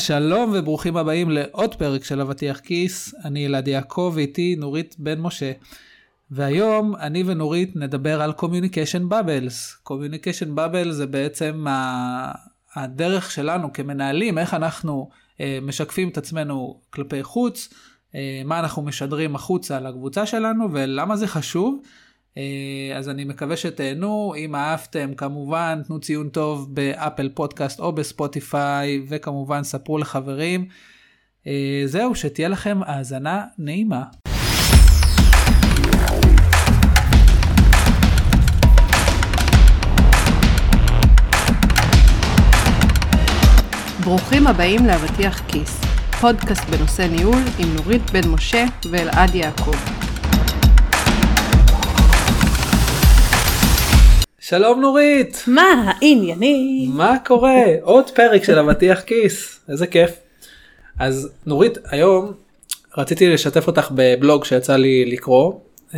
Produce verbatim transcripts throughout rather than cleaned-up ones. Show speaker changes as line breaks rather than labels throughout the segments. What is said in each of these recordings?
שלום וברוכים הבאים לעוד פרק של אבטיח כיס. אני אלעד יעקב ואיתי נורית בן משה. והיום אני ונורית נדבר על Communication Bubbles. Communication Bubbles זה בעצם הדרך שלנו כמנהלים, איך אנחנו משקפים את עצמנו כלפי חוץ, מה אנחנו משדרים החוצה לקבוצה שלנו ולמה זה חשוב. אז אני מקווה שתהנו, אם אהבתם כמובן תנו ציון טוב באפל פודקאסט או בספוטיפיי, וכמובן ספרו לחברים. זהו, שתהיה לכם האזנה נעימה.
ברוכים הבאים לאבטיח כיס, פודקאסט בנושא ניהול עם נורית בן משה ואלעד יעקב.
שלום נורית.
מה העניינים?
מה קורה? עוד פרק של אבטיח כיס, איזה כיף. אז נורית, היום רציתי לשתף אותך בבלוג שיצא לי לקרוא,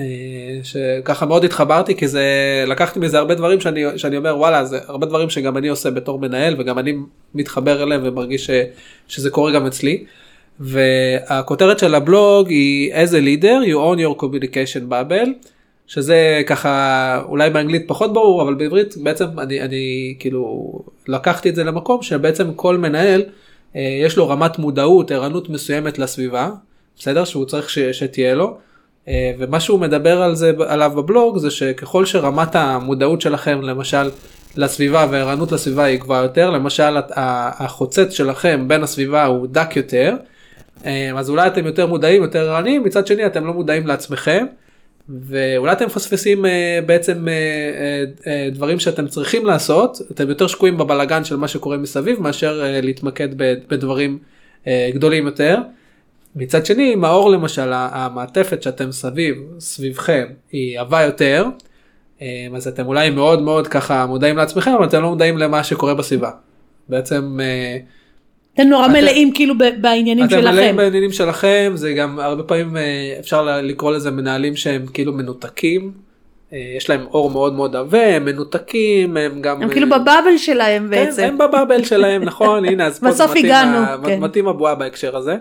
שככה מאוד התחברתי, כי זה, לקחתי מזה הרבה דברים שאני, שאני אומר, וואלה, זה הרבה דברים שגם אני עושה בתור מנהל, וגם אני מתחבר אליהם ומרגיש ש, שזה קורה גם אצלי. והכותרת של הבלוג היא, as a leader, you own your communication bubble, שזה ככה, אולי באנגלית פחות ברור, אבל בעברית בעצם אני, אני כאילו לקחתי את זה למקום שבעצם כל מנהל, יש לו רמת מודעות, ערנות מסוימת לסביבה, בסדר? שהוא צריך ש, שתהיה לו. ומה שהוא מדבר על זה, עליו בבלוג, זה שככל שרמת המודעות שלכם, למשל, לסביבה וערנות לסביבה היא גבוהה יותר, למשל, החוצץ שלכם בין הסביבה הוא דק יותר, אז אולי אתם יותר מודעים, יותר ערניים, מצד שני אתם לא מודעים לעצמכם, ואולי אתם מפספסים בעצם דברים שאתם צריכים לעשות, אתם יותר שקועים בבלגן של מה שקורה מסביב, מאשר להתמקד בדברים גדולים יותר. מצד שני, אם האור למשל, המעטפת שאתם סביב, סביבכם, היא עבה יותר, אז אתם אולי מאוד מאוד ככה מודעים לעצמכם, אבל אתם לא מודעים למה שקורה בסביבה. בעצם...
אתם נורא מלאים כאילו בעניינים שלכם.
אתם מלאים בעניינים שלכם, זה גם הרבה פעמים אפשר לקרוא לזה מנהלים שהם כאילו מנותקים, יש להם אור מאוד מאוד עבה, הם מנותקים, הם גם...
הם כאילו בבאבל שלהם בעצם.
כן, הם בבאבל שלהם, נכון, הנה, אז פה מתאים הבועה בהקשר הזה.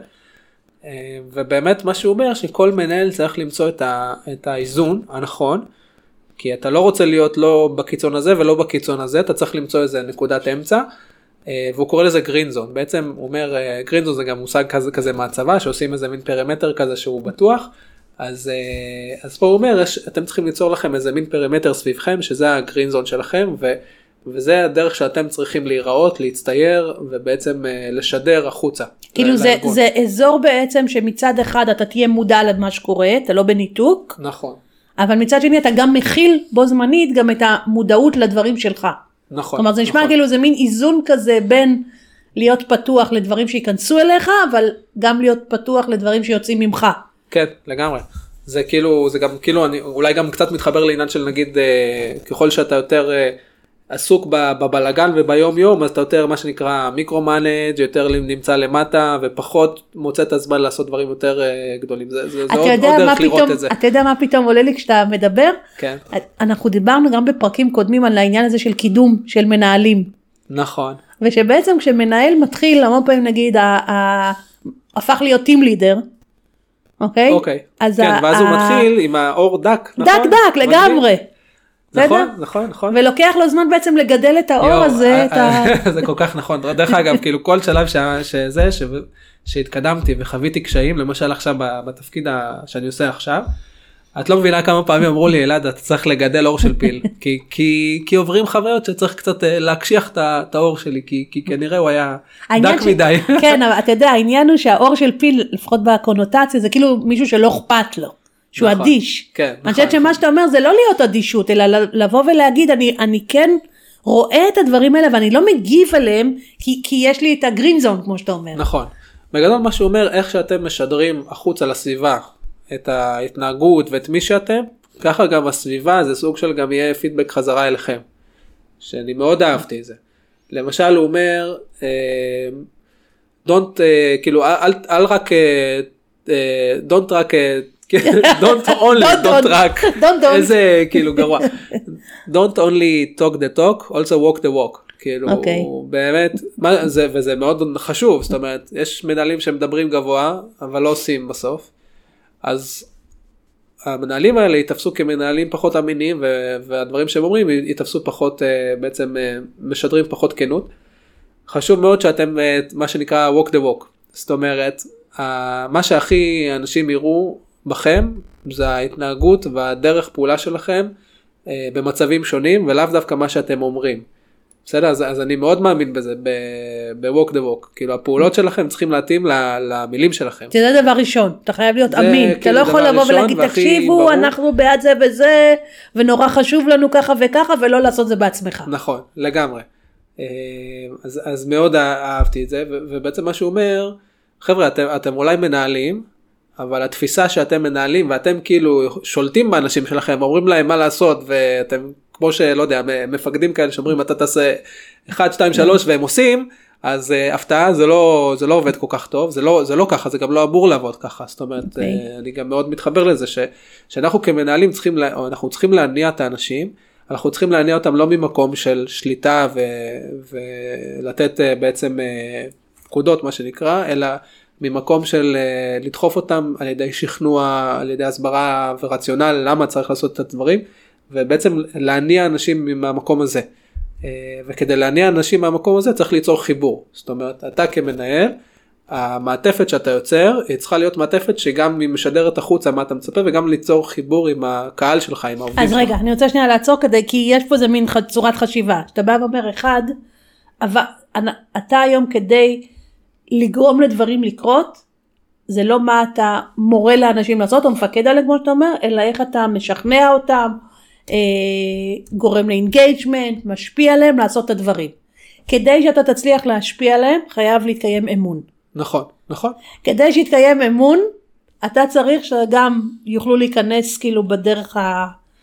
ובאמת מה שהוא אומר שכל מנהל צריך למצוא את, ה, את האיזון הנכון, כי אתה לא רוצה להיות לא בקיצון הזה ולא בקיצון הזה, אתה צריך למצוא איזה נקודת אמצע, והוא קורא לזה גרין זון. בעצם הוא אומר, גרין זון זה גם מושג כזה, כזה מהצבא, שעושים איזה מין פרימטר כזה שהוא בטוח, אז, אז פה הוא אומר, אתם צריכים ליצור לכם איזה מין פרימטר סביבכם, שזה הגרין זון שלכם, ו, וזה הדרך שאתם צריכים להיראות, להצטייר, ובעצם לשדר החוצה.
כאילו זה, זה אזור בעצם שמצד אחד אתה תהיה מודע למה שקורה, אתה לא בניתוק.
נכון.
אבל מצד שני אתה גם מכיל בו זמנית גם את המודעות לדברים שלך.
נכון.
זאת אומרת זה נשמע
נכון.
כאילו זה מין איזון כזה בין להיות פתוח לדברים שיכנסו אליך, אבל גם להיות פתוח לדברים שיוצאים ממך.
כן, לגמרי. זה כאילו, זה גם כאילו, אני אולי גם קצת מתחבר לעניין של נגיד, אה, ככל שאתה יותר... אה, עסוק בבלגן וביום יום, אז אתה יותר מה שנקרא מיקרו-מנג', יותר נמצא למטה, ופחות מוצא את הזמן לעשות דברים יותר גדולים. זה, זה, זה עוד, עוד דרך לראות
פתאום,
את זה.
אתה יודע מה פתאום עולה לי כשאתה מדבר?
כן.
אנחנו דיברנו גם בפרקים קודמים על העניין הזה של קידום, של מנהלים.
נכון.
ושבעצם כשמנהל מתחיל, המון פעמים נגיד, הפך להיות טים לידר, אוקיי?
אוקיי. כן, ואז הוא מתחיל עם האור דק, נכון?
דק דק, לגמרי.
נכון, נכון, נכון.
ולוקח לו זמן בעצם לגדל את האור הזה.
זה כל כך נכון. דרך אגב, כאילו כל שלב שזה, שהתקדמתי וחוויתי קשיים, למשל עכשיו בתפקיד שאני עושה עכשיו, את לא מבינה כמה פעמים אמרו לי, אלעד, אתה צריך לגדל אור של פיל, כי עוברים חוויות שצריך קצת להקשיח את האור שלי, כי כנראה הוא היה דק מדי.
כן, אבל אתה יודע, העניין הוא שהאור של פיל, לפחות בקונוטציה, זה כאילו מישהו שלא אכפת לו. שהוא נכון, אדיש.
כן,
אני חושבת שמה שאתה אומר זה לא להיות אדישות, אלא לבוא ולהגיד, אני, אני כן רואה את הדברים האלה, ואני לא מגיב עליהם, כי, כי יש לי את הגרין זון, כמו שאתה אומר.
נכון. בגדול מה שהוא אומר, איך שאתם משדרים החוץ על הסביבה, את ההתנהגות ואת מי שאתם, ככה גם הסביבה, זה סוג של גם יהיה פידבק חזרה אליכם. שאני מאוד אהבתי את זה. למשל הוא אומר, don't, כאילו, אל, אל רק, don't רק, don't only, don't רק, איזה כאילו גרוע. Don't only talk the talk, also walk the walk. כאילו,
אוקיי.
באמת, מה, זה, וזה מאוד חשוב, זאת אומרת, יש מנהלים שמדברים גבוה, אבל לא עושים בסוף, אז המנהלים האלה יתפסו כמנהלים פחות אמינים, והדברים שהם אומרים יתפסו פחות, בעצם משדרים פחות כנות. חשוב מאוד שאתם, מה שנקרא walk the walk, זאת אומרת, מה שהכי אנשים יראו בכם, זה ההתנהגות והדרך פעולה שלכם, במצבים שונים, ולאו דווקא מה שאתם אומרים. בסדר? אז, אז אני מאוד מאמין בזה, ב-walk the walk. כאילו, הפעולות שלכם צריכים להתאים למילים שלכם.
זה דבר ראשון, אתה חייב להיות אמין. אתה לא יכול לבוא ולהגיד, תקשיבו,
ברור.
אנחנו בעד זה וזה, ונורא חשוב לנו ככה וככה, ולא לעשות זה בעצמך.
נכון, לגמרי. אז, אז מאוד אהבתי את זה, ובעצם מה שהוא אומר, חבר'ה, אתם, אתם אולי מנהלים, אבל התפיסה שאתם מנהלים, ואתם כאילו שולטים באנשים שלכם, אומרים להם מה לעשות, ואתם, כמו שלא יודע, מפקדים כאלה שאומרים, אתה תעשה אחת, שתיים, שלוש, והם עושים, אז uh, הפתעה, זה לא, זה לא עובד כל כך טוב, זה לא, זה לא ככה, זה גם לא אמור לעבוד ככה, זאת אומרת, okay. uh, אני גם מאוד מתחבר לזה, ש, שאנחנו כמנהלים צריכים, לה, או אנחנו צריכים להניע את האנשים, אנחנו צריכים להניע אותם לא ממקום של שליטה, ו, ולתת uh, בעצם uh, פקודות, מה שנקרא, אלא ממקום של uh, לדחוף אותם על ידי שכנוע, על ידי הסברה ורציונל, למה צריך לעשות את הדברים, ובעצם להניע אנשים מהמקום הזה. וכדי להניע אנשים מהמקום הזה צריך ליצור חיבור. זאת אומרת, אתה כמנהל, המעטפת שאתה יוצר, היא צריכה להיות מעטפת שגם היא משדרת החוצה מה אתה מצפה, וגם ליצור חיבור עם הקהל שלך, עם העובדים שלך.
אז רגע, אני רוצה שנייה לעצור כדי, כי יש פה איזה מין צורת חשיבה. שאתה בא ואומר, אחד, אבל אתה היום כדי לגרום לדברים לקרות, זה לא מה אתה מורה לאנשים לעשות, או מפקד עליהם כמו שאתה אומר, אלא איך אתה משכנע אותם, גורם לאינגייג'מנט, משפיע עליהם לעשות את הדברים. כדי שאתה תצליח להשפיע עליהם, חייב להתקיים אמון.
נכון, נכון.
כדי שיתקיים אמון, אתה צריך שגם יוכלו להיכנס כאילו בדרך ה...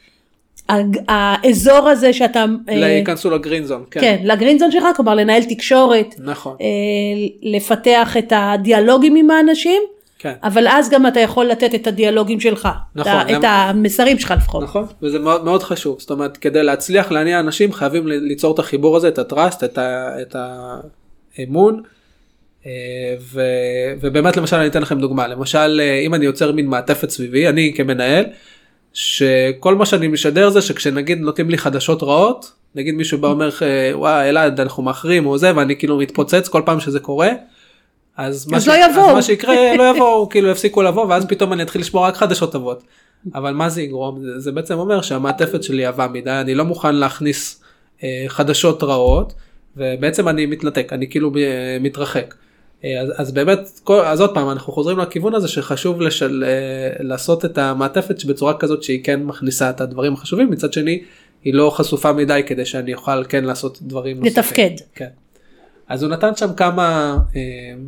האזור הזה שאתה...
להיכנסו לגרינזון, כן.
כן, לגרינזון שלך, כלומר לנהל תקשורת,
נכון.
לפתח את הדיאלוגים עם האנשים,
כן.
אבל אז גם אתה יכול לתת את הדיאלוגים שלך, נכון, את, למ... את המסרים שלך לפחות.
נכון, וזה מאוד, מאוד חשוב, זאת אומרת, כדי להצליח להניע אנשים, חייבים ליצור את החיבור הזה, את הטראסט, את, ה... את האמון, ו... ובאמת למשל אני אתן לכם דוגמה, למשל אם אני יוצר מין מעטפת סביבי, אני כמנהל, שכל מה שאני משדר זה שכשנגיד נותנים לי חדשות רעות, נגיד מישהו בא אומר, וואי אלעד אנחנו מאחרים או זה, ואני כאילו מתפוצץ כל פעם שזה קורה, אז מה,
אז
ש...
לא
אז מה שיקרה לא יבואו, כאילו יפסיקו לבוא, ואז פתאום אני אתחיל לשמור רק חדשות טובות. אבל מה זה יגרום? זה, זה בעצם אומר שהמעטפת שלי עבה מדי, אני לא מוכן להכניס אה, חדשות רעות, ובעצם אני מתנתק, אני כאילו אה, מתרחק. אה, אז, אז באמת, כל, אז עוד פעם, אנחנו חוזרים לכיוון הזה שחשוב לשל, אה, לעשות את המעטפת בצורה כזאת שהיא כן מכניסה את הדברים החשובים, מצד שני, היא לא חשופה מדי כדי שאני אוכל כן לעשות דברים נוספים.
לתפקד.
כן. אז הוא נתן שם כמה, אה,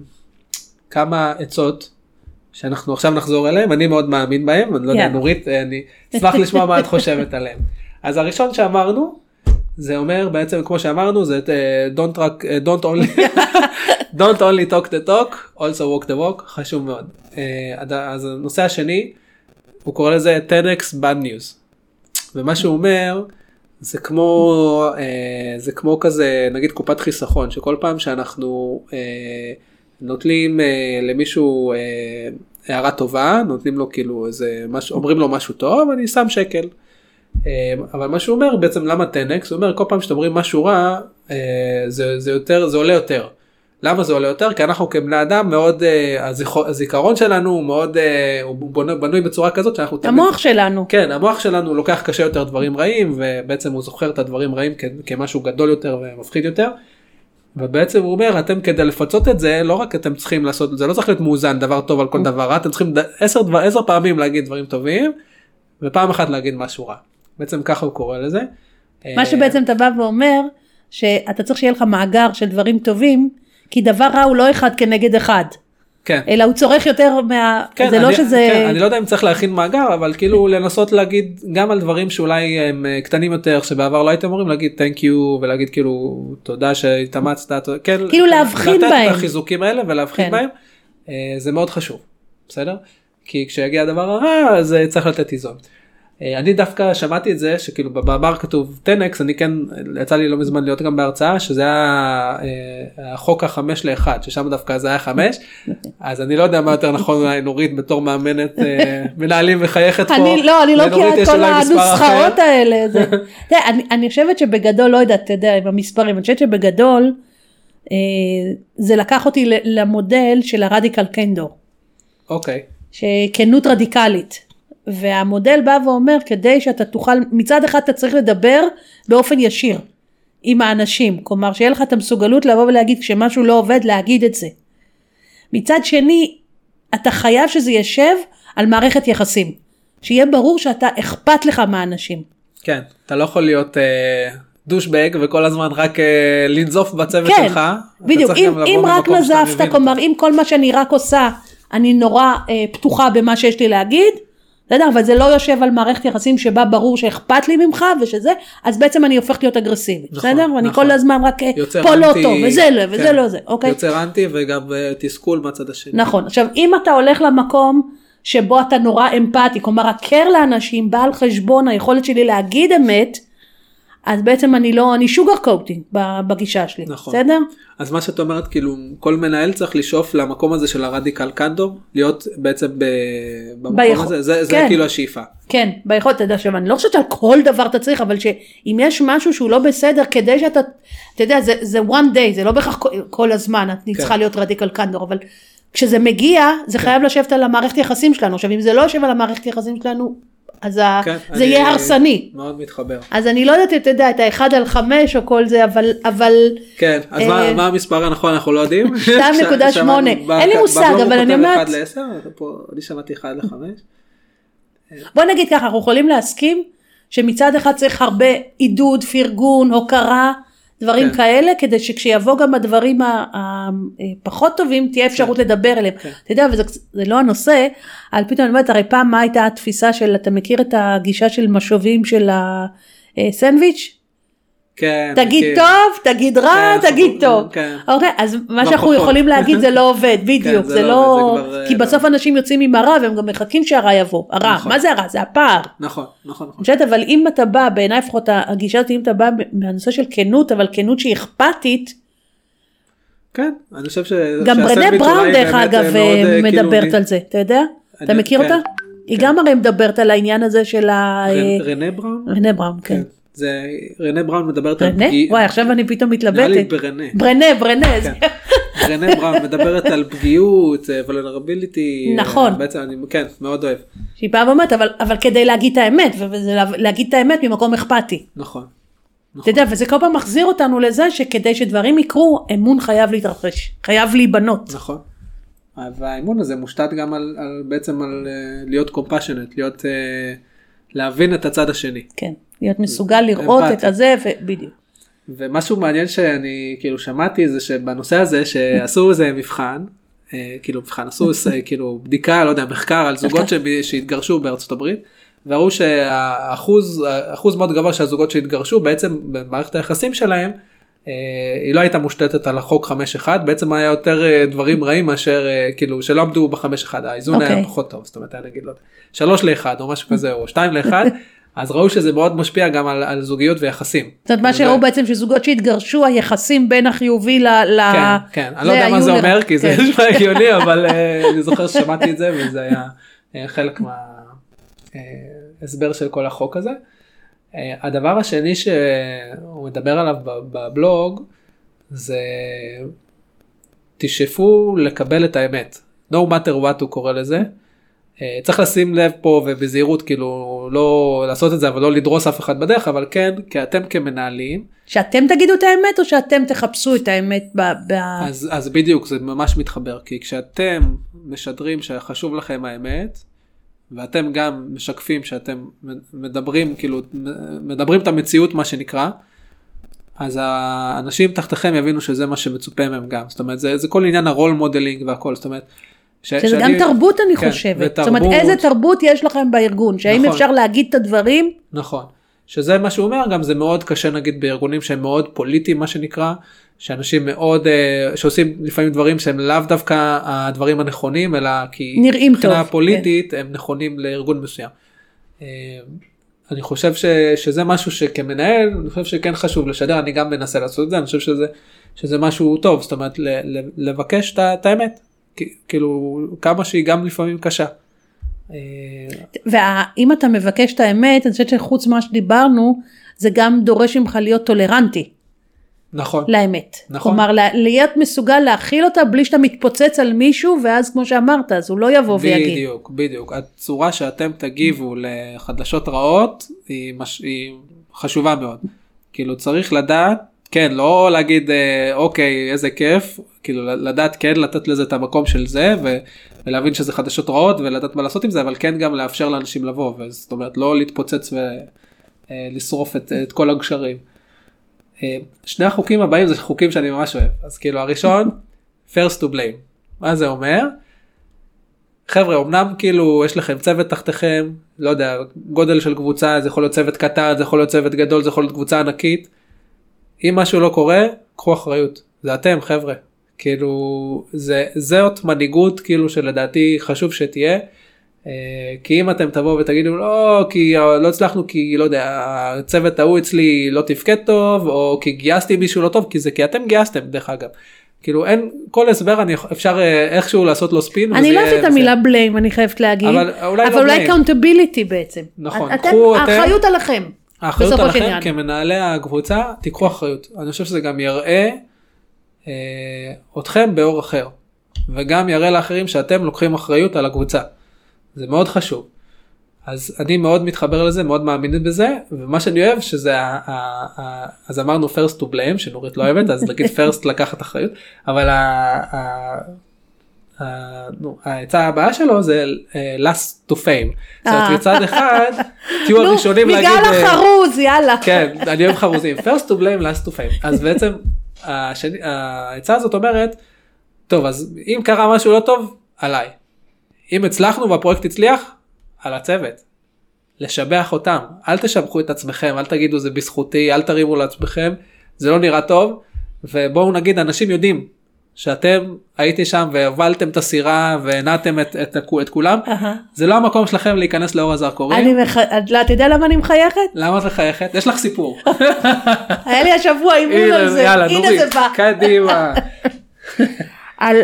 כמה עצות, שאנחנו עכשיו נחזור אליהם, אני מאוד מאמין בהם, אני לא יודע, נורית, אני אשמח לשמוע מה את חושבת עליהם. אז הראשון שאמרנו, זה אומר בעצם, כמו שאמרנו, זה don't, track, don't, only, don't only talk the talk, also walk the walk, חשוב מאוד. אז הנושא השני, הוא קורא לזה ten x bad news. ומה שהוא אומר, זה כמו, זה כמו כזה, נגיד קופת חיסכון, שכל פעם שאנחנו נוטלים למישהו הערה טובה, נותנים לו כאילו איזה, אומרים לו משהו טוב, אני שם שקל. אבל מה שהוא אומר בעצם למה ten x, הוא אומר כל פעם שאתם אומרים משהו רע, זה, זה יותר, זה עולה יותר. למה זה עולה יותר? כי אנחנו כבני אדם מאוד, הזיכרון שלנו הוא מאוד, הוא בנוי בצורה כזאת שאנחנו...
המוח תמיד, שלנו.
כן, המוח שלנו לוקח קשה יותר דברים רעים, ובעצם הוא זוכר את הדברים רעים כמשהו גדול יותר ומפחיד יותר. ובעצם הוא אומר, אתם כדי לפצות את זה, לא רק אתם צריכים לעשות, זה לא צריך להיות מאוזן, דבר טוב על כל דבר, אתם צריכים עשר, דבר, עשר פעמים להגיד דברים טובים, ופעם אחת להגיד משהו רע. בעצם ככה הוא קורא לזה.
מה שבעצם אתה בא ואומר, שאתה צריך שיהיה לך מאגר של דברים טובים, כי דבר רע הוא לא אחד כנגד אחד.
כן.
אלא הוא צורך יותר מה...
כן,
זה
אני,
לא שזה...
כן, אני לא יודע אם צריך להכין מאגר, אבל כאילו לנסות להגיד גם על דברים שאולי הם קטנים יותר, שבעבר לא הייתם אומרים, להגיד thank you, ולהגיד כאילו תודה שהתאמצת, כן,
כאילו להבחין
לתת
בהם.
את החיזוקים האלה ולהבחין
כן.
בהם, זה מאוד חשוב, בסדר? כי כשיגיע הדבר הרע, אז צריך לתת איזון. אני דווקא שמעתי את זה שכאילו במאמר כתוב טן אקס, אני כן יצא לי לא מזמן להיות גם בהרצאה שזה היה החוק החמש לאחד ששם דווקא זה היה חמש, אז אני לא יודע מה יותר נכון נורית בתור מאמנת מנהלים וחייכת פה.
אני לא, אני לא מכירה את כל הנוסחאות האלה. אני חושבת שבגדול לא יודעת, אתה יודע, עם המספרים, אני חושבת שבגדול זה לקח אותי למודל של הרדיקל קנדור.
אוקיי.
שכנות רדיקלית. והמודל בא ואומר, כדי שאתה תוכל, מצד אחד אתה צריך לדבר באופן ישיר עם האנשים, כלומר שיהיה לך את המסוגלות לבוא ולהגיד, כשמשהו לא עובד, להגיד את זה. מצד שני, אתה חייב שזה ישב על מערכת יחסים, שיהיה ברור שאתה אכפת לך מהאנשים.
כן, אתה לא יכול להיות אה, דושבג וכל הזמן רק אה, לנזוף בצוות
כן,
שלך.
בדיוק, אם, אם רק נזפת, כלומר אם כל מה שאני רק עושה, אני נורא אה, פתוחה במה שיש לי להגיד, בסדר, אבל זה לא יושב על מערכת יחסים שבה ברור שאכפת לי ממך ושזה, אז בעצם אני הופכת להיות אגרסיבית,
נכון,
בסדר? ואני
נכון.
כל הזמן רק פה
אנטי,
לא טוב, וזה לא, וזה
כן.
לא זה, אוקיי?
יוצר אנטי וגם תסכול מהצד השני.
נכון, עכשיו אם אתה הולך למקום שבו אתה נורא אמפתי, כלומר הכר לאנשים, בא על חשבון היכולת שלי להגיד אמת, אז בעצם אני לא, אני שוגר קוטינג בגישה שלי,
נכון.
בסדר?
אז מה שאת אומרת, כאילו, כל מנהל צריך לשאוף למקום הזה של הרדיקל קנדור, להיות בעצם ב... במקום ביכול... הזה, זה, זה כן. כאילו השאיפה.
כן, ביכולת, אתה יודע, שאני לא חושבת על כל דבר אתה צריך, אבל שאם יש משהו שהוא לא בסדר, כדי שאתה, אתה יודע, זה, זה one day, זה לא בהכרח כל, כל הזמן, את כן. צריכה להיות רדיקל קנדור, אבל כשזה מגיע, זה כן. חייב לשבת על המערכת יחסים שלנו, עכשיו אם זה לא יושב על המערכת יחסים שלנו, אז כן, זה יהיה הרסני.
מאוד מתחבר.
אז אני לא יודעת, אתה יודע, את האחד על חמש או כל זה, אבל... אבל
כן, אז אה, מה, מה המספר הנכון אנחנו לא יודעים?
שתיים נקודה שמונה. אין לי מושג, אבל אני אומרת...
אחד לעשר, פה אני שמעתי אחד לחמש.
בוא נגיד ככה, אנחנו יכולים להסכים שמצד אחד צריך הרבה עידוד, פרגון, הוקרה, דברים כן. כאלה, כדי שכשיבוא גם הדברים הפחות טובים, תהיה אפשרות כן. לדבר אליהם. כן. אתה יודע, וזה זה לא הנושא, על פתאום אני אומרת, הרי פעם מה הייתה התפיסה של, אתה מכיר את הגישה של משובים של הסנדוויץ'?
כן.
תגיד כן. טוב, תגיד רע, כן, תגיד כן. טוב. כן. אוקיי, אז מה שאנחנו פחות. יכולים להגיד זה לא עובד, בדיוק, כן, זה, זה לא, לא... זה כבר, כי לא. בסוף אנשים יוצאים עם הרע, והם גם מחכים שהרע יבוא. הרע, נכון. מה זה הרע? זה הפער.
נכון, נכון. נכון.
חושבת, אבל אם אתה בא, בעיניי לפחות הגישה הזאת, אם אתה בא מהנושא של כנות, אבל כנות שהיא אכפתית,
כן, אני חושב ש...
גם ברנה בראון דרך אגב מדברת על זה, אתה יודע? אתה מכיר אותה? היא גם הרי מדברת על העניין הזה של ה...
רנה בראון?
רנה בראון, כן.
זה רנה בראון מדברת
על פגיעות. וואי, עכשיו אני פתאום מתלבטת.
נראה לי ברנה.
ברנה, ברנה.
רנה בראון מדברת על פגיעות, vulnerability.
נכון.
בעצם אני, כן, מאוד אוהב.
שהיא פעם אומרת, אבל כדי להגיד את האמת, וזה להגיד את האמת ממקום אכפתי.
נכון.
אתה יודע, וזה כל פעם מחזיר אותנו לזה, שכדי שדברים יקרו, אמון חייב להתרחש, חייב להיבנות.
נכון. והאמון הזה מושתת גם על, על בעצם על uh, להיות compassionate, להיות, uh, להבין את הצד השני.
כן, להיות מסוגל לראות אמפתי. את הזה, ובדיוק.
ומשהו מעניין שאני כאילו שמעתי, זה שבנושא הזה, שעשו איזה מבחן, uh, כאילו מבחן, עשו כאילו בדיקה, לא יודע, מחקר על זוגות שהתגרשו בארצות הברית, והראו שהאחוז, אחוז מאוד גבוה שהזוגות שהתגרשו, בעצם במערכת היחסים שלהם, היא לא הייתה מושתתת על החוק חמש אחד, בעצם היה יותר דברים רעים מאשר, כאילו, שלא עמדו בחמש אחד, האיזון היה פחות טוב, זאת אומרת, היה נגיד, לא יודע, שלוש לאחד או משהו כזה, או שתיים לאחד, אז ראו שזה מאוד משפיע גם על, על זוגיות ויחסים.
זאת אומרת, מה שראו בעצם שזוגות שהתגרשו, היחסים בין החיובי ל...
כן, כן, אני לא יודע מה זה אומר, כי זה נשמע הגיוני, אבל אני זוכר ששמעתי את זה, וזה היה חלק מה... הסבר של כל החוק הזה. הדבר השני שהוא מדבר עליו בבלוג, זה תשאפו לקבל את האמת. No matter what הוא קורא לזה. צריך לשים לב פה ובזהירות, כאילו לא לעשות את זה, אבל לא לדרוס אף אחד בדרך, אבל כן, כי אתם כמנהלים.
שאתם תגידו את האמת, או שאתם תחפשו את האמת ב... ב...
אז, אז בדיוק, זה ממש מתחבר, כי כשאתם משדרים שחשוב לכם האמת, ואתם גם משקפים שאתם מדברים, כאילו, מדברים את המציאות, מה שנקרא, אז האנשים תחתכם יבינו שזה מה שמצופה מהם גם. זאת אומרת, זה, זה כל עניין הרול מודלינג והכל, זאת אומרת, ש,
שזה שאני, גם תרבות אני כן, חושבת. ותרבות, זאת אומרת, איזה תרבות יש לכם בארגון, שהאם נכון, אפשר להגיד את הדברים?
נכון. שזה מה שהוא אומר, גם זה מאוד קשה נגיד בארגונים שהם מאוד פוליטיים, מה שנקרא, שאנשים מאוד, שעושים לפעמים דברים שהם לאו דווקא הדברים הנכונים, אלא כי מבחינה פוליטית כן. הם נכונים לארגון מסוים. אני חושב ש, שזה משהו שכמנהל, אני חושב שכן חשוב לשדר, אני גם מנסה לעשות את זה, אני חושב שזה, שזה משהו טוב, זאת אומרת, ל, ל, לבקש את, את האמת, כאילו, כמה שהיא גם לפעמים קשה.
ואם אתה מבקש את האמת, אני חושבת שחוץ מה שדיברנו, זה גם דורש ממך להיות טולרנטי.
נכון.
לאמת.
נכון.
כלומר, להיות מסוגל להכיל אותה, בלי שאתה מתפוצץ על מישהו, ואז כמו שאמרת, אז הוא לא יבוא ויגיד.
בדיוק, בדיוק. הצורה שאתם תגיבו לחדשות רעות, היא, מש... היא חשובה מאוד. כאילו צריך לדעת, כן, לא להגיד, אוקיי, איזה כיף, כאילו לדעת כן, לתת לזה את המקום של זה, ו... ולהבין שזה חדשות רעות, ולדעת מה לעשות עם זה, אבל כן גם לאפשר לאנשים לבוא, זאת אומרת, לא להתפוצץ ולשרוף את, את כל הגשרים. שני החוקים הבאים זה חוקים שאני ממש אוהב, אז כאילו הראשון, first to blame. מה זה אומר? חבר'ה, אמנם כאילו יש לכם צוות תחתיכם, לא יודע, גודל של קבוצה, זה יכול להיות צוות קטן, זה יכול להיות צוות גדול, זה יכול להיות קבוצה ענקית. אם משהו לא קורה, קחו אחריות. זה אתם, חבר'ה. כאילו, זה, זאת מנהיגות כאילו שלדעתי חשוב שתהיה, כי אם אתם תבואו ותגידו, לא, כי לא הצלחנו, כי לא יודע, הצוות ההוא אצלי לא תפקד טוב, או כי גייסתי מישהו לא טוב, כי זה כי אתם גייסתם, דרך אגב. כאילו אין, כל הסבר אני אפשר איכשהו לעשות לו ספין.
אני לא אוהבת את המילה blame, אני חייבת להגיד. אבל אולי אבל אולי accountability בעצם.
נכון.
האחריות עליכם.
האחריות עליכם כמנהלי הקבוצה, תיקחו אחריות. אני חושב שזה גם יראה אתכם באור אחר. וגם יראה לאחרים שאתם לוקחים אחריות על הקבוצה. זה מאוד חשוב. אז אני מאוד מתחבר לזה, מאוד מאמין בזה, ומה שאני אוהב שזה, אז אמרנו first to blame, שנורית לא אוהבת, אז נגיד first לקחת אחריות, אבל ההצעה הבאה שלו זה last to fame. זאת אומרת, מצד אחד, תהיו הראשונים להגיד...
מגל החרוז, יאללה.
כן, אני אוהב חרוזים. first to blame, last to fame. אז בעצם, ההצעה הזאת אומרת, טוב, אז אם קרה משהו לא טוב, עליי. אם הצלחנו והפרויקט הצליח, על הצוות. לשבח אותם. אל תשבחו את עצמכם, אל תגידו זה בזכותי, אל תרימו לעצמכם, זה לא נראה טוב, ובואו נגיד, אנשים יודעים שאתם הייתי שם והובלתם את הסירה והנעתם את, את, את, את כולם, uh-huh. זה לא המקום שלכם להיכנס לאור הזרקורים. אני מח...
אתה יודע למה אני מחייכת?
למה את מחייכת? יש לך סיפור.
היה לי השבוע אימון על זה,
יאללה, נורית, קדימה.
על...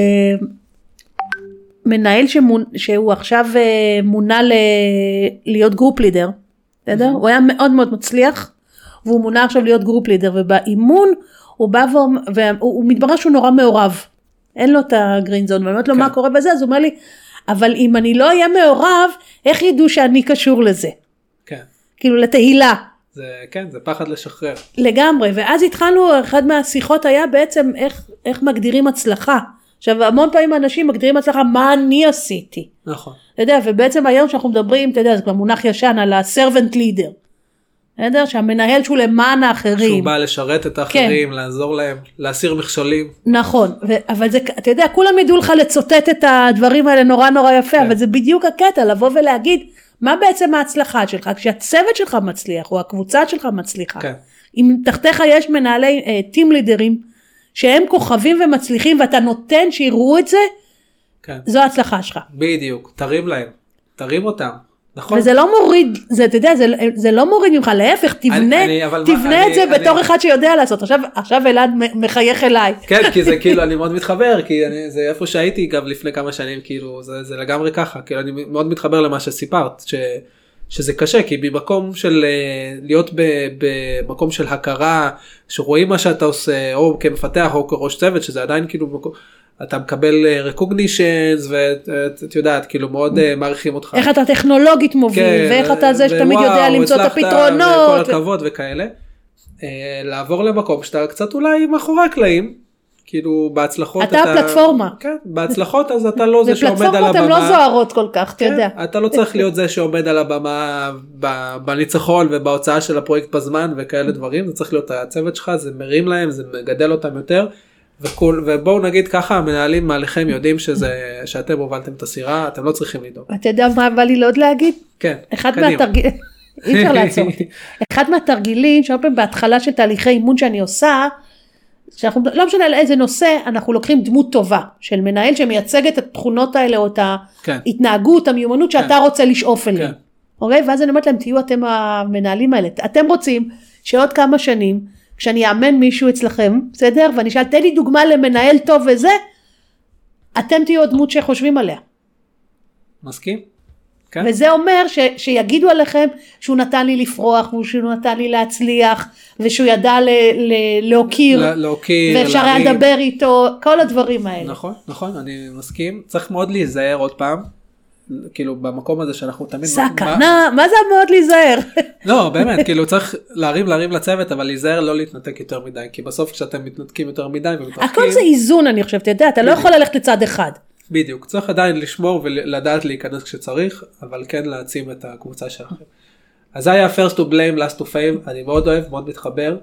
מנהל שמונ... שהוא עכשיו מונה ל... להיות גרופ לידר, בסדר? Mm-hmm. הוא היה מאוד מאוד מצליח, והוא מונה עכשיו להיות גרופ לידר, ובאימון הוא בא והוא, והוא, הוא מתברר שהוא נורא מעורב, אין לו את הגרינזון, ואני אומרת לו כן. מה קורה בזה, אז הוא אומר לי, אבל אם אני לא אהיה מעורב, איך ידעו שאני קשור לזה? כן. כאילו לתהילה.
זה, כן, זה פחד לשחרר.
לגמרי, ואז התחלנו, אחד מהשיחות היה בעצם איך, איך מגדירים הצלחה, עכשיו, המון פעמים אנשים מגדירים הצלחה, מה אני עשיתי?
נכון.
אתה יודע, ובעצם היום שאנחנו מדברים, אתה יודע, זה כבר מונח ישן על ה-servant leader. אתה יודע, שהמנהל שהוא למען האחרים. שהוא
בא לשרת את האחרים, כן. לעזור להם, להסיר מכשולים.
נכון, ו- אבל זה, אתה יודע, כולם ידעו לך לצוטט את הדברים האלה נורא נורא יפה, כן. אבל זה בדיוק הקטע, לבוא ולהגיד, מה בעצם ההצלחה שלך? כשהצוות שלך מצליח, או הקבוצה שלך מצליחה. כן. אם תחתיך יש מנהלי uh, טים לידרים, שהם כוכבים ומצליחים, ואתה נותן שיראו את זה, כן. זו ההצלחה שלך.
בדיוק, תרים להם, תרים אותם, נכון?
וזה לא מוריד, זה, אתה יודע, זה, זה לא מוריד ממך, להפך, תבנה, אני, אני, תבנה מה, את אני, זה אני, בתור אני... אחד שיודע לעשות. עכשיו, עכשיו אלעד מחייך אליי.
כן, כי זה כאילו, אני מאוד מתחבר, כי אני, זה איפה שהייתי גם לפני כמה שנים, כאילו, זה, זה לגמרי ככה, כאילו, אני מאוד מתחבר למה שסיפרת, ש... שזה קשה, כי במקום של להיות במקום של הכרה, שרואים מה שאתה עושה, או כמפתח או כראש צוות, שזה עדיין כאילו, אתה מקבל recognitions, ואת יודעת, כאילו מאוד מעריכים אותך.
איך אתה טכנולוגית מוביל, ואיך אתה זה שתמיד יודע למצוא את הפתרונות.
וכל הכבוד וכאלה. לעבור למקום שאתה קצת אולי מאחורי הקלעים, כאילו בהצלחות
אתה הפלטפורמה.
כן, בהצלחות אז אתה לא זה שעומד על הבמה.
בפלטפורמות הן לא זוהרות כל כך, אתה יודע.
אתה לא צריך להיות זה שעומד על הבמה בניצחון ובהוצאה של הפרויקט בזמן וכאלה דברים, זה צריך להיות הצוות שלך, זה מרים להם, זה מגדל אותם יותר, ובואו נגיד ככה, המנהלים מעליכם יודעים שאתם הובלתם את הסירה, אתם לא צריכים לדאוג.
אתה יודע מה בא לי עוד להגיד?
כן,
קדימה. אי אפשר לעצור אותי. אחד מהתרגילים, שהרבה בהתחלה של תהליכי אימון שאני עושה, שאנחנו, לא משנה על איזה נושא, אנחנו לוקחים דמות טובה של מנהל שמייצג את התכונות האלה, או את ההתנהגות, המיומנות שאתה רוצה לשאוף אליהם. אוקיי? ואז אני אומרת להם, תהיו אתם המנהלים האלה, אתם רוצים שעוד כמה שנים, כשאני אאמן מישהו אצלכם, בסדר? ואני שאל, תן לי דוגמה למנהל טוב וזה, אתם תהיו הדמות שחושבים עליה.
מסכים? כן.
וזה אומר ש, שיגידו עליכם שהוא נתן לי לפרוח, ושהוא נתן לי להצליח, ושהוא ידע ל, ל, להוקיר,
לה, להוקיר,
ואפשר היה לדבר איתו, כל הדברים האלה.
נכון, נכון, אני מסכים. צריך מאוד להיזהר עוד פעם, כאילו במקום הזה שאנחנו תמיד...
סכנה, מה, מה זה מאוד להיזהר?
לא, באמת, כאילו צריך להרים להרים לצוות, אבל להיזהר לא להתנתק יותר מדי, כי בסוף כשאתם מתנתקים יותר מדי ומתרחקים...
הכל זה איזון, אני חושבת, אתה יודע, אתה לא יכול ללכת לצד אחד.
בדיוק, צריך עדיין לשמור ולדעת להיכנס כשצריך, אבל כן להעצים את הקבוצה שלכם. אז זה היה first to blame, last to fame, אני מאוד אוהב, מאוד מתחבר.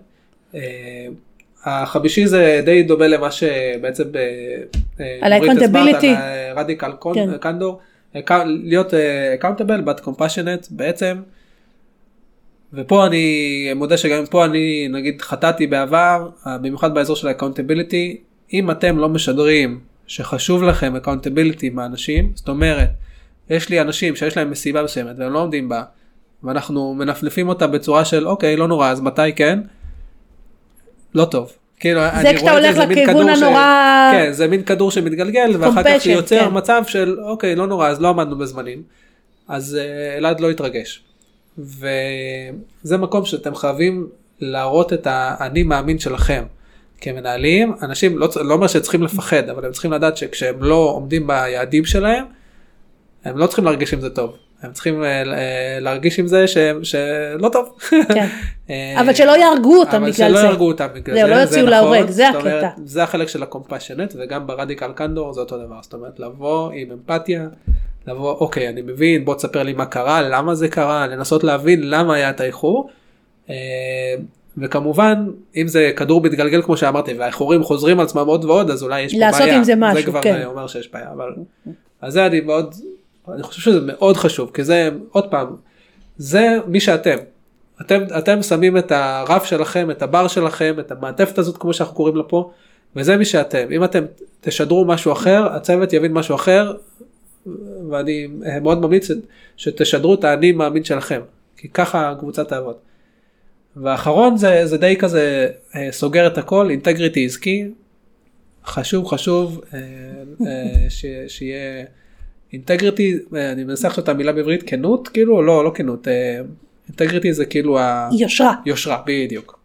החמישי זה די דומה למה שבעצם...
על ה-accountability.
על רדיקל קנדור. להיות accountable, but compassionate בעצם. ופה אני מודה שגם פה אני נגיד חטאתי בעבר, במיוחד באזור של ה-accountability, אם אתם לא משדרים שחשוב לכם accountability מהאנשים, זאת אומרת, יש לי אנשים שיש להם מסיבה מסוימת והם לא עומדים בה, ואנחנו מנפנפים אותה בצורה של אוקיי, לא נורא, אז מתי כן? לא טוב. כאילו,
זה כשאתה הולך לכיוון הנורא...
כן, זה מין כדור שמתגלגל, ואחר כך יוצר מצב של אוקיי, לא נורא, אז לא עמדנו בזמנים, אז אלעד לא יתרגש. וזה מקום שאתם חייבים להראות את האני מאמין שלכם. כמנהלים, אנשים לא, לא אומר שצריכים לפחד, אבל הם צריכים לדעת שכשהם לא עומדים ביעדים שלהם, הם לא צריכים להרגיש עם זה טוב. הם צריכים להרגיש עם זה שלא טוב.
כן. אבל שלא יהרגו אותם בגלל זה.
אבל שלא יהרגו אותם בגלל זה.
לא יוציאו להורג, זה הקטע.
זה החלק של הקומפשנט, וגם ברדיקל קנדור זה אותו דבר. זאת אומרת, לבוא עם אמפתיה, לבוא, אוקיי, אני מבין, בוא תספר לי מה קרה, למה זה קרה, לנסות להבין למה היה את האיחור. וכמובן, אם זה כדור מתגלגל כמו שאמרתי, והאיחורים חוזרים על עצמם עוד ועוד, אז אולי יש פה בעיה.
לעשות עם זה משהו,
זה כבר
כן.
אומר שיש בעיה, אבל... אז זה אני מאוד... אני חושב שזה מאוד חשוב, כי זה, עוד פעם, זה מי שאתם. אתם, אתם שמים את הרף שלכם, את הבר שלכם, את המעטפת הזאת, כמו שאנחנו קוראים לה פה, וזה מי שאתם. אם אתם תשדרו משהו אחר, הצוות יבין משהו אחר, ואני מאוד ממליץ שתשדרו את האני מאמין שלכם, כי ככה הקבוצה תעבוד. והאחרון זה, זה די כזה סוגר את הכל, אינטגריטי עסקי, חשוב חשוב ש, שיהיה אינטגריטי, אני מנסה עכשיו את המילה בעברית, כנות, כאילו, לא, לא כנות, אינטגריטי זה כאילו
יושרה.
יושרה, בדיוק.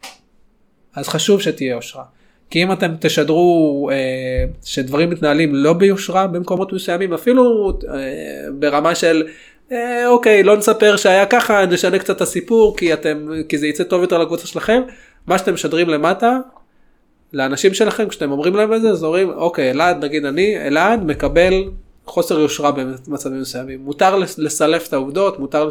אז חשוב שתהיה יושרה. כי אם אתם תשדרו שדברים מתנהלים לא ביושרה במקומות מסוימים, אפילו ברמה של אוקיי, לא נספר שהיה ככה, נשנה קצת את הסיפור, כי אתם, כי זה יצא טוב יותר לקבוצה שלכם. מה שאתם משדרים למטה, לאנשים שלכם, כשאתם אומרים להם את זה, אז אומרים, אוקיי, אלעד, נגיד אני, אלעד מקבל חוסר יושרה במצבים מסוימים. מותר לסלף את העובדות, מותר,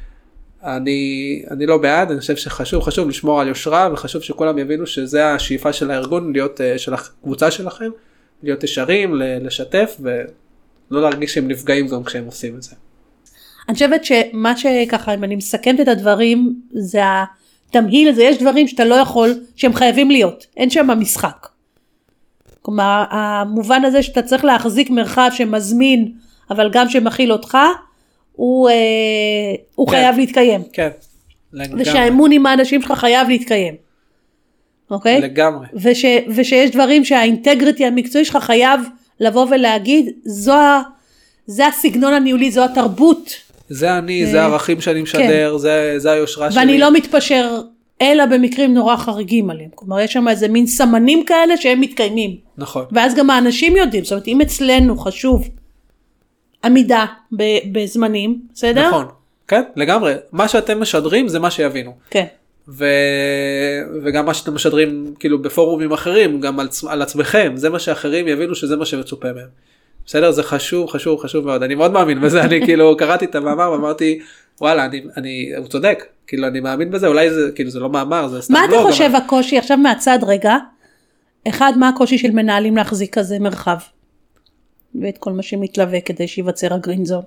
אני, אני לא בעד, אני חושב שחשוב, חשוב לשמור על יושרה, וחשוב שכולם יבינו שזה השאיפה של הארגון, להיות, של הקבוצה שלכם, להיות ישרים, לשתף, ולא להרגיש שהם נפגעים גם כשהם עושים את זה.
אני חושבת שמה שככה, אם אני מסכמת את הדברים, זה התמהיל הזה, יש דברים שאתה לא יכול, שהם חייבים להיות, אין שם משחק. כלומר, המובן הזה שאתה צריך להחזיק מרחב שמזמין, אבל גם שמכיל אותך, הוא, אה, הוא כן. חייב להתקיים. כן. לגמרי. ושהאמון עם האנשים שלך חייב להתקיים. אוקיי?
לגמרי.
וש, ושיש דברים שהאינטגריטי המקצועי שלך חייב לבוא ולהגיד, זו ה... זה הסגנון הניהולי, זו התרבות.
זה אני, זה הערכים שאני משדר, זה, זה היושרה שלי.
ואני לא מתפשר, אלא במקרים נורא חריגים עליהם. כלומר, יש שם איזה מין סמנים כאלה שהם מתקיימים.
נכון.
ואז גם האנשים יודעים, זאת אומרת, אם אצלנו חשוב עמידה בזמנים, בסדר?
נכון, כן, לגמרי. מה שאתם משדרים זה מה שיבינו.
כן.
ו... וגם מה שאתם משדרים, כאילו, בפורומים אחרים, גם על, על עצמכם, זה מה שאחרים יבינו שזה מה שמצופה מהם. בסדר, זה חשוב, חשוב, חשוב מאוד. אני מאוד מאמין בזה, אני כאילו קראתי את המאמר ואמרתי, וואלה, אני, אני, הוא צודק, כאילו אני מאמין בזה, אולי זה, כאילו זה לא מאמר, זה סתם
מה
בלוג.
אתה חושב אבל... הקושי, עכשיו מהצד רגע, אחד, מה הקושי של מנהלים להחזיק כזה מרחב? ואת כל מה שמתלווה כדי שיווצר הגרינזון.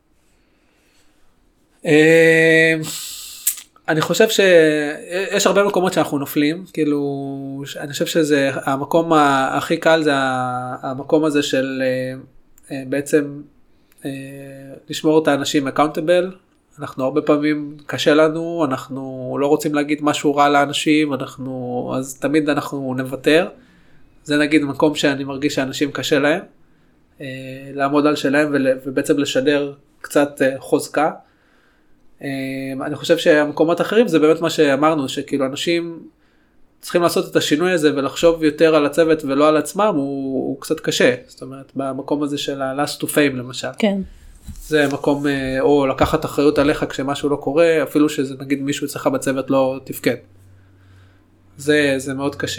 אני חושב שיש הרבה מקומות שאנחנו נופלים, כאילו, אני חושב שזה המקום הכי קל, זה המקום הזה של בעצם לשמור את האנשים accountable, אנחנו הרבה פעמים קשה לנו, אנחנו לא רוצים להגיד משהו רע לאנשים, אנחנו, אז תמיד אנחנו נוותר. זה נגיד מקום שאני מרגיש שאנשים קשה להם, לעמוד על שלהם ובעצם לשדר קצת חוזקה. אני חושב שהמקומות האחרים זה באמת מה שאמרנו, שכאילו אנשים צריכים לעשות את השינוי הזה ולחשוב יותר על הצוות ולא על עצמם, הוא, הוא קצת קשה. זאת אומרת, במקום הזה של ה-last to fame למשל.
כן.
זה מקום, או לקחת אחריות עליך כשמשהו לא קורה, אפילו שזה נגיד מישהו אצלך בצוות לא תפקד. זה, זה מאוד קשה.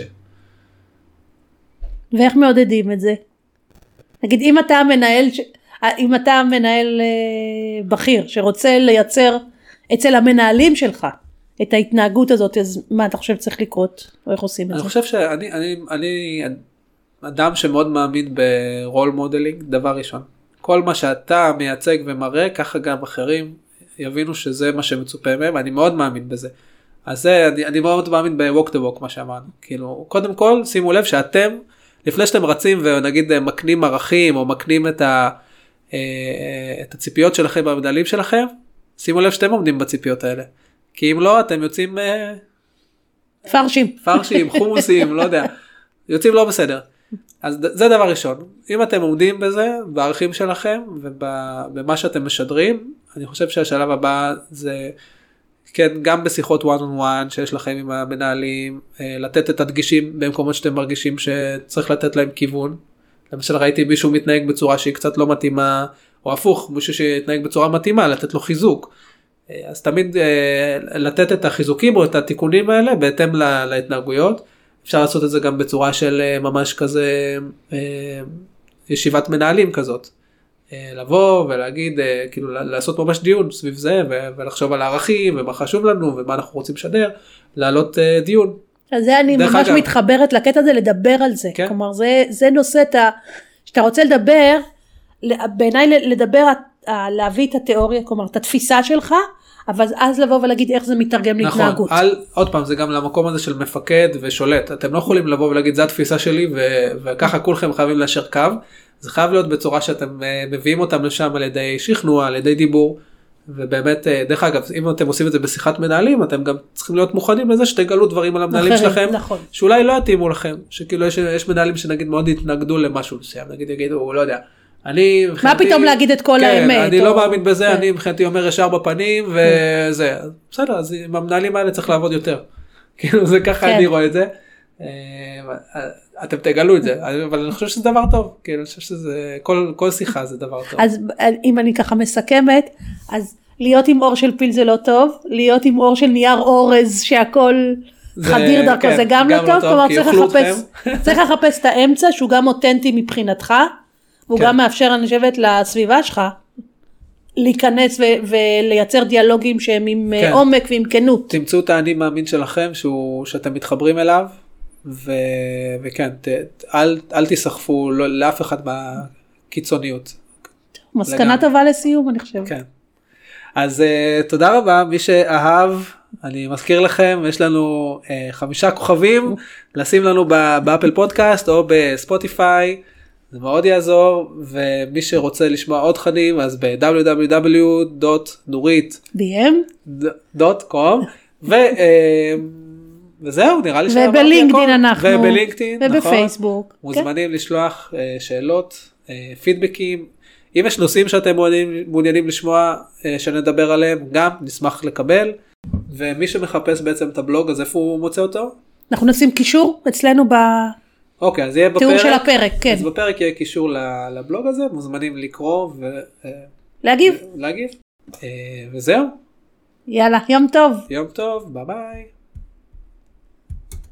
ואיך מעודדים את זה? נגיד, אם אתה מנהל, אם אתה מנהל בכיר שרוצה לייצר אצל המנהלים שלך את ההתנהגות הזאת, אז מה אתה חושב צריך לקרות? או איך עושים את זה?
אני חושב שאני אני, אני אדם שמאוד מאמין ברול מודלינג, דבר ראשון. כל מה שאתה מייצג ומראה, ככה גם אחרים יבינו שזה מה שמצופה מהם, אני מאוד מאמין בזה. אז זה, אני, אני מאוד מאמין ב-walk the walk, מה שאמרנו. כאילו, קודם כל, שימו לב שאתם, לפני שאתם רצים ונגיד מקנים ערכים, או מקנים את, ה, את הציפיות שלכם במנהלים שלכם, שימו לב שאתם עומדים בציפיות האלה. כי אם לא, אתם יוצאים...
פרשים.
פרשים, חומוסים, לא יודע. יוצאים לא בסדר. אז זה דבר ראשון. אם אתם עומדים בזה, בערכים שלכם, ובמה שאתם משדרים, אני חושב שהשלב הבא זה, כן, גם בשיחות one on one שיש לכם עם המנהלים, לתת את הדגישים במקומות שאתם מרגישים שצריך לתת להם כיוון. למשל ראיתי מישהו מתנהג בצורה שהיא קצת לא מתאימה, או הפוך, מישהו שיתנהג בצורה מתאימה, לתת לו חיזוק. אז תמיד לתת את החיזוקים או את התיקונים האלה בהתאם להתנהגויות. אפשר לעשות את זה גם בצורה של ממש כזה ישיבת מנהלים כזאת. לבוא ולהגיד, כאילו לעשות ממש דיון סביב זה ולחשוב על הערכים ומה חשוב לנו ומה אנחנו רוצים לשדר, לעלות דיון.
אז זה אני ממש אגב. מתחברת לקטע הזה לדבר על זה. כן? כלומר זה, זה נושא שאתה רוצה לדבר, בעיניי לדבר, להביא את התיאוריה, כלומר את התפיסה שלך, אבל אז לבוא ולהגיד איך זה מתרגם
נכון,
להתנהגות.
על, עוד פעם, זה גם למקום הזה של מפקד ושולט. אתם לא יכולים לבוא ולהגיד, זה התפיסה שלי, ו- וככה כולכם חייבים לאשר קו. זה חייב להיות בצורה שאתם מביאים אותם לשם על ידי שכנוע, על ידי דיבור. ובאמת, דרך אגב, אם אתם עושים את זה בשיחת מנהלים, אתם גם צריכים להיות מוכנים לזה שתגלו דברים על המנהלים
נכון,
שלכם,
נכון.
שאולי לא יתאימו לכם. שכאילו יש, יש מנהלים שנגיד מאוד התנגדו למשהו מסוים. נגיד יגידו, לא יודע. אני,
מה פתאום להגיד את כל
כן,
האמת?
אני
או...
לא מאמין בזה,
כן.
אני מבחינתי אומר ישר בפנים, וזה, בסדר, אז עם המנהלים האלה צריך לעבוד יותר. כאילו זה ככה
כן.
אני רואה את זה. אתם תגלו את זה, אבל אני חושב שזה דבר טוב, כאילו אני חושב שזה, כל, כל שיחה זה דבר טוב.
אז אם אני ככה מסכמת, אז להיות עם אור של פיל זה לא טוב, להיות עם אור של נייר אורז שהכל זה, חדיר דרכו כן, זה גם, גם לא טוב, כלומר צריך לחפש, צריך לחפש את האמצע שהוא גם אותנטי מבחינתך, והוא כן. גם מאפשר, אני חושבת, לסביבה שלך, להיכנס ו- ולייצר דיאלוגים שהם עם כן. עומק ועם כנות.
תמצאו את האני מאמין שלכם, שהוא, שאתם מתחברים אליו, ו- וכן, ת- אל, אל תסחפו לא, לאף אחד בקיצוניות.
מסקנה לגמרי. טובה לסיום, אני חושבת.
כן. אז uh, תודה רבה, מי שאהב, אני מזכיר לכם, יש לנו uh, חמישה כוכבים, לשים לנו באפל פודקאסט או בספוטיפיי, זה מאוד יעזור, ומי שרוצה לשמוע עוד תכנים, אז ב-דאבליו דאבליו דאבליו דוט נורית דוט קום, וזהו, נראה לי שאמרתי הכל.
ובלינקדין אנחנו,
ובלינקדין,
ובפייסבוק.
נכון, מוזמנים לשלוח שאלות, פידבקים, אם יש נושאים שאתם מעוניינים לשמוע, שנדבר עליהם, גם נשמח לקבל, ומי שמחפש בעצם את הבלוג, אז איפה הוא מוצא אותו?
אנחנו נשים קישור אצלנו ב...
אוקיי, אז יהיה בפרק,
תיאור של הפרק, כן.
אז בפרק יהיה קישור לבלוג הזה, מוזמנים לקרוא ו...
להגיב.
להגיב, וזהו.
יאללה, יום טוב.
יום טוב, ביי ביי.